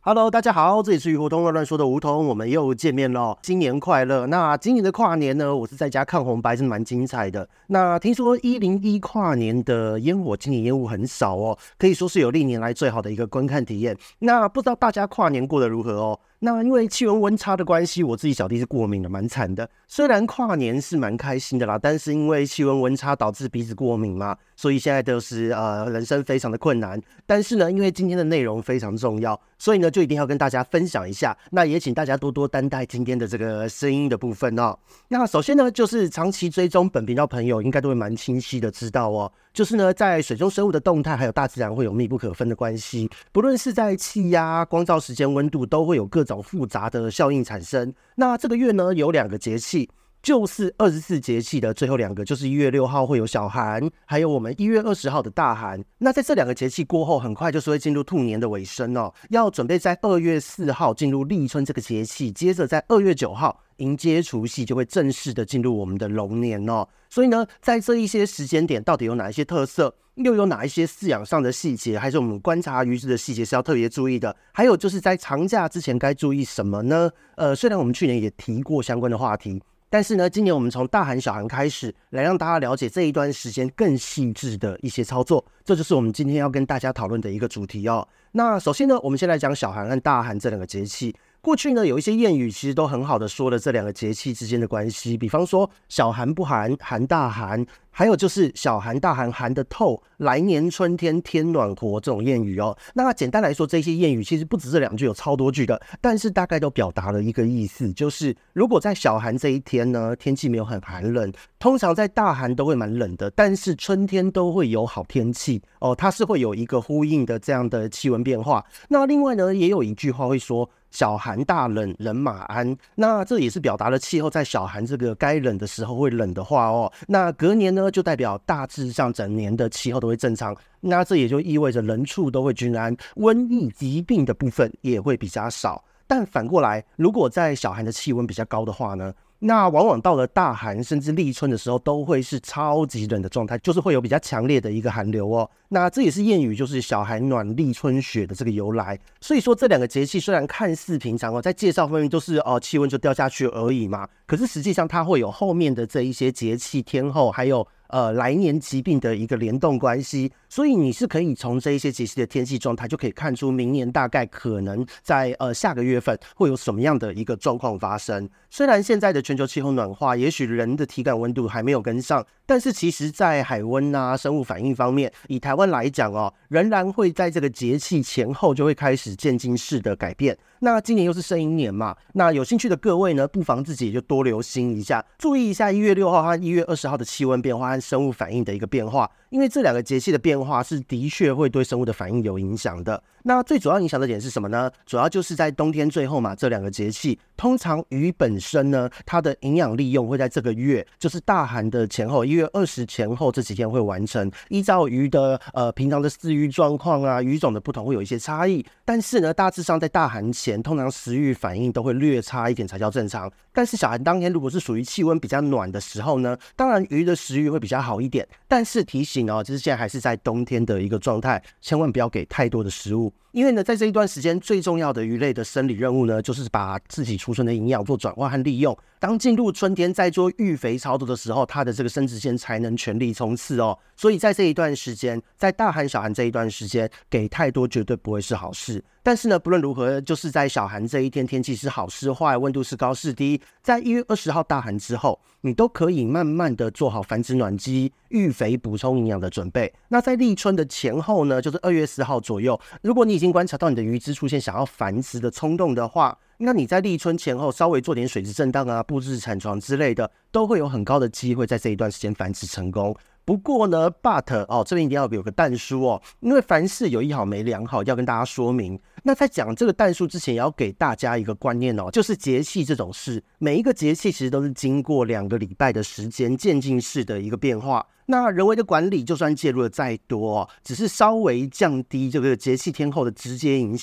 Hello， 大家好，这里是鱼活通乱说的梧桐，我们又见面了，新年快乐！那今年的跨年呢，我是在家看红白，是蛮精彩的。那听说101跨年的烟火，今年烟雾很少哦，可以说是有历年来最好的一个观看体验。那不知道大家跨年过得如何哦？那因为气温温差的关系，我自己小弟是过敏的，蛮惨的。虽然跨年是蛮开心的啦，但是因为气温温差导致鼻子过敏嘛，所以现在都是人生非常的困难。但是呢，因为今天的内容非常重要，所以呢就一定要跟大家分享一下。那也请大家多多担待今天的这个声音的部分哦。那首先呢，就是长期追踪本频道朋友应该都会蛮清晰的知道哦，就是呢在水中生物的动态还有大自然会有密不可分的关系，不论是在气压、光照时间、温度，都会有各种复杂的效应产生。那这个月呢有2个节气，就是24节气的最后2个，就是1月6号会有小寒，还有我们1月20号的大寒。那在这2个节气过后，很快就是会进入兔年的尾声哦，要准备在2月4号进入立春这个节气，接着在2月9号迎接除夕，就会正式的进入我们的龙年哦。所以呢，在这一些时间点，到底有哪一些特色，又有哪一些饲养上的细节，还是我们观察鱼只的细节是要特别注意的？还有就是在长假之前该注意什么呢？虽然我们去年也提过相关的话题，但是呢，今年我们从大寒小寒开始，来让大家了解这一段时间更细致的一些操作，这就是我们今天要跟大家讨论的一个主题哦。那首先呢，我们先来讲小寒和大寒这2个节气。过去呢，有一些谚语其实都很好的说了这2个节气之间的关系，比方说小寒不寒，寒大寒，还有就是小寒大寒，寒得透，来年春天天暖和这种谚语哦。那简单来说，这些谚语其实不止这2句，有超多句的，但是大概都表达了一个意思，就是如果在小寒这一天呢，天气没有很寒冷，通常在大寒都会蛮冷的，但是春天都会有好天气哦，它是会有一个呼应的这样的气温变化。那另外呢，也有一句话会说小寒大冷，人马安。那这也是表达了气候在小寒这个该冷的时候会冷的话哦。那隔年呢，就代表大致上整年的气候都会正常。那这也就意味着人畜都会均安，瘟疫疾病的部分也会比较少。但反过来，如果在小寒的气温比较高的话呢，那往往到了大寒甚至立春的时候，都会是超级冷的状态，就是会有比较强烈的一个寒流哦。那这也是谚语，就是小寒暖立春雪的这个由来。所以说这2个节气虽然看似平常哦，在介绍方面都是气温就掉下去而已嘛，可是实际上它会有后面的这一些节气天候，还有来年疾病的一个联动关系，所以你是可以从这一些节气的天气状态就可以看出明年大概可能在下个月份会有什么样的一个状况发生。虽然现在的全球气候暖化，也许人的体感温度还没有跟上，但是其实在海温啊、生物反应方面，以台湾来讲哦，仍然会在这个节气前后就会开始渐进式的改变。那今年又是生寅年嘛，那有兴趣的各位呢，不妨自己也就多留心一下，注意一下1月6号和1月20号的气温变化和生物反应的一个变化，因为这2个节气的变化是的确会对生物的反应有影响的。那最主要影响的点是什么呢？主要就是在冬天最后嘛，这2个节气通常鱼本身呢，它的营养利用会在这个月，就是大寒的前后，1月20前后这几天会完成。依照鱼的平常的饲育状况啊，鱼种的不同会有一些差异，但是呢，大致上在大寒前，通常食欲反应都会略差一点才叫正常。但是小寒当天如果是属于气温比较暖的时候呢，当然鱼的食欲会比较好一点，但是提醒哦，就是现在还是在冬天的一个状态，千万不要给太多的食物。因为呢，在这一段时间最重要的鱼类的生理任务呢，就是把自己储存的营养做转化和利用。当进入春天在做育肥操作的时候，它的这个生殖腺才能全力冲刺哦。所以在这一段时间，在大寒小寒这一段时间，给太多绝对不会是好事。但是呢，不论如何，就是在小寒这一天，天气是好是坏，温度是高是低，在1月20号大寒之后，你都可以慢慢的做好繁殖暖机、育肥、补充营养的准备。那在立春的前后呢，就是2月4号左右，如果你已经观察到你的鱼只出现想要繁殖的冲动的话，那你在立春前后稍微做点水质震荡啊、布置产床之类的，都会有很高的机会在这一段时间繁殖成功。不过呢 ，but 这边一定要有个但书哦，因为凡事有一好没两好，要跟大家说明。那在讲这个但书之前，也要给大家一个观念哦，就是节气这种事，每一个节气其实都是经过2个礼拜的时间渐进式的一个变化。那人为的管理，就算介入的再多只是稍微降低这个节气天候的直接影响。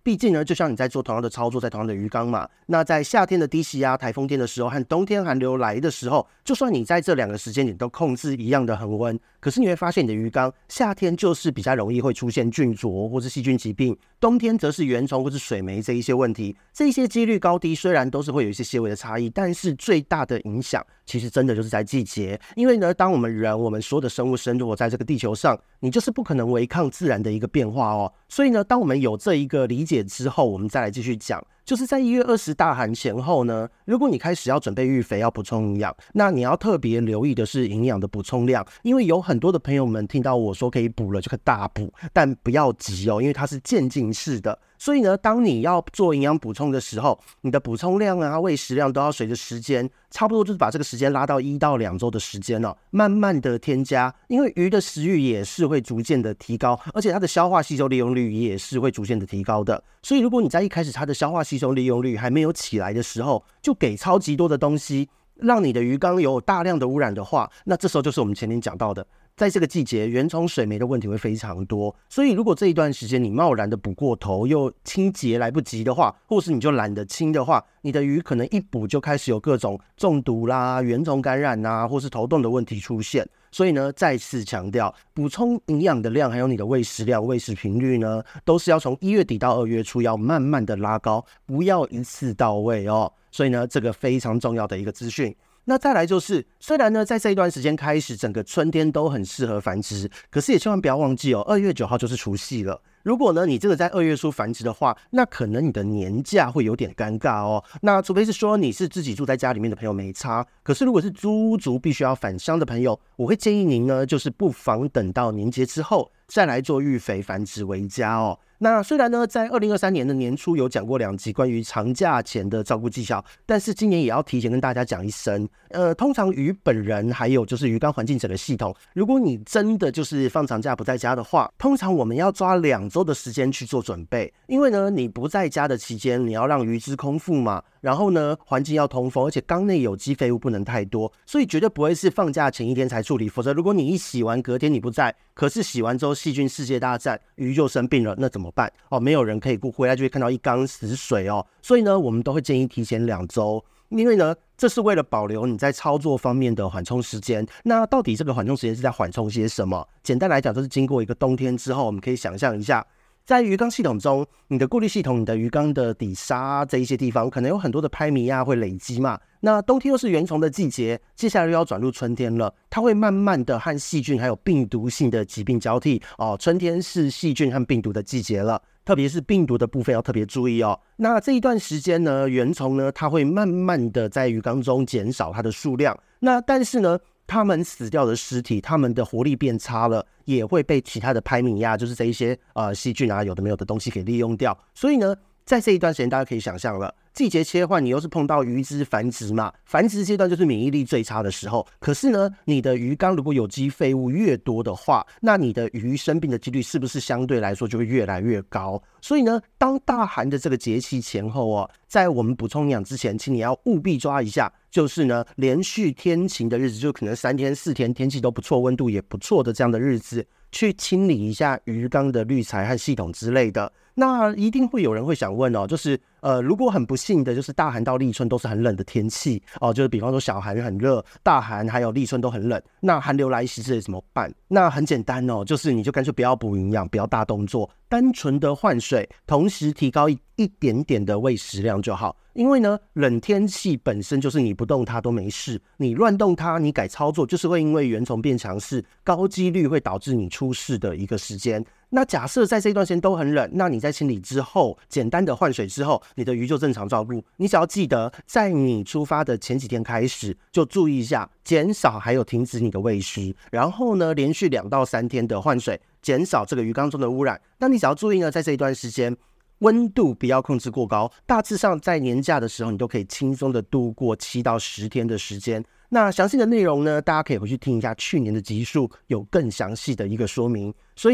毕竟呢，就像你在做同样的操作，在同样的鱼缸嘛，那在夏天的低气压、台风天的时候和冬天寒流来的时候，就算你在这2个时间点都控制一样的恒温，可是你会发现你的鱼缸夏天就是比较容易会出现菌浊或是细菌疾病，冬天则是原虫或是水霉这一些问题。这一些几率高低虽然都是会有一些些微的差异，但是最大的影响其实真的就是在季节。因为呢，当我们人，我们所有的生物生活在这个地球上，你就是不可能违抗自然的一个变化哦。所以呢，当我们有这一个理解之后，我们再来继续讲，就是在1月20大寒前后呢，如果你开始要准备育肥，要补充营养，那你要特别留意的是营养的补充量，因为有很多的朋友们听到我说可以补了就可以大补，但不要急哦，因为它是渐进式的。所以呢，当你要做营养补充的时候，你的补充量啊、喂食量都要随着时间，差不多就是把这个时间拉到1到2周的时间哦，慢慢的添加，因为鱼的食欲也是会逐渐的提高，而且它的消化吸收利用率也是会逐渐的提高的。所以如果你在一开始它的消化吸收利用率还没有起来的时候，就给超级多的东西，让你的鱼缸有大量的污染的话，那这时候就是我们前面讲到的，在这个季节原虫水霉的问题会非常多。所以如果这一段时间你贸然的补过头，又清洁来不及的话，或是你就懒得清的话，你的鱼可能一补就开始有各种中毒啦、原虫感染啊，或是头痛的问题出现。所以呢，再次强调，补充营养的量还有你的喂食量、喂食频率呢，都是要从1月底到2月初要慢慢的拉高，不要一次到位哦。所以呢，这个非常重要的一个资讯。那再来就是，虽然呢在这一段时间开始，整个春天都很适合繁殖，可是也千万不要忘记哦，2月9号就是除夕了。如果呢你这个在2月初繁殖的话，那可能你的年假会有点尴尬哦。那除非是说你是自己住在家里面的朋友没差，可是如果是租屋族必须要返乡的朋友，我会建议您呢，就是不妨等到年节之后再来做育肥繁殖为佳哦。那虽然呢，在2023年的年初有讲过2集关于长假前的照顾技巧，但是今年也要提前跟大家讲一声，通常鱼本人还有就是鱼缸环境整个系统，如果你真的就是放长假不在家的话，通常我们要抓2周的时间去做准备，因为呢，你不在家的期间，你要让鱼只空腹嘛，然后呢，环境要通风，而且缸内有机废物不能太多，所以绝对不会是放假前1天才处理，否则如果你一洗完隔天你不在，可是洗完之后细菌世界大战，鱼就生病了，那怎么办？哦，没有人可以顾，回来就会看到一缸死水哦。所以呢，我们都会建议提前2周，因为呢，这是为了保留你在操作方面的缓冲时间。那到底这个缓冲时间是在缓冲些什么？简单来讲，就是经过一个冬天之后，我们可以想象一下，在鱼缸系统中，你的过滤系统、你的鱼缸的底沙这一些地方，可能有很多的拍米亚会累积嘛。那冬天又是原虫的季节，接下来又要转入春天了，它会慢慢的和细菌还有病毒性的疾病交替哦。春天是细菌和病毒的季节了，特别是病毒的部分要特别注意哦。那这一段时间呢，原虫呢，它会慢慢的在鱼缸中减少它的数量，那但是呢，它们死掉的尸体，它们的活力变差了，也会被其他的拍米亚，就是这一些细菌啊，有的没有的东西给利用掉。所以呢，在这一段时间，大家可以想象了，季节切换，你又是碰到鱼只繁殖嘛，繁殖阶段就是免疫力最差的时候。可是呢，你的鱼缸如果有机废物越多的话，那你的鱼生病的几率是不是相对来说就会越来越高？所以呢，当大寒的这个节气前后哦，在我们补充营养之前，请你要务必抓一下，就是呢，连续天晴的日子，就可能3天4天天气都不错，温度也不错的这样的日子，去清理一下鱼缸的滤材和系统之类的。那一定会有人会想问哦，就是如果很不幸的就是大寒到立春都是很冷的天气哦，就是比方说小寒很热，大寒还有立春都很冷，那寒流来袭这怎么办？那很简单哦，就是你就干脆不要补营养，不要大动作，单纯的换水，同时提高一点点的喂食量就好。因为呢，冷天气本身就是你不动它都没事，你乱动它，你改操作，就是会因为原虫变强势，高几率会导致你出事的一个时间。那假设在这一段时间都很冷，那你在清理之后，简单的换水之后，你的鱼就正常照顾。你只要记得，在你出发的前几天开始，就注意一下，减少还有停止你的喂食，然后呢，连续2到3天的换水，减少这个鱼缸中的污染。那你只要注意呢，在这一段时间，温度不要控制过高，大致上在年假的时候，你都可以轻松的度过7到10天的时间。那详细的内容呢，大家可以回去听一下去年的集数，有更详细的一个说明。所以呢，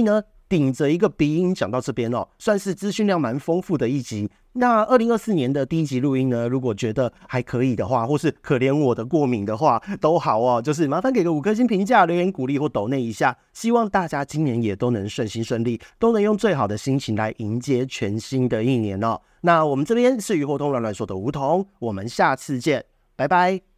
顶着一个鼻音讲到这边哦，算是资讯量蛮丰富的一集。那2024年的第一集录音呢，如果觉得还可以的话，或是可怜我的过敏的话，都好哦，就是麻烦给个5颗星评价，留言鼓励或抖内一下。希望大家今年也都能顺心顺利，都能用最好的心情来迎接全新的一年哦。那我们这边是鱼活通乱乱说的梧桐，我们下次见，拜拜。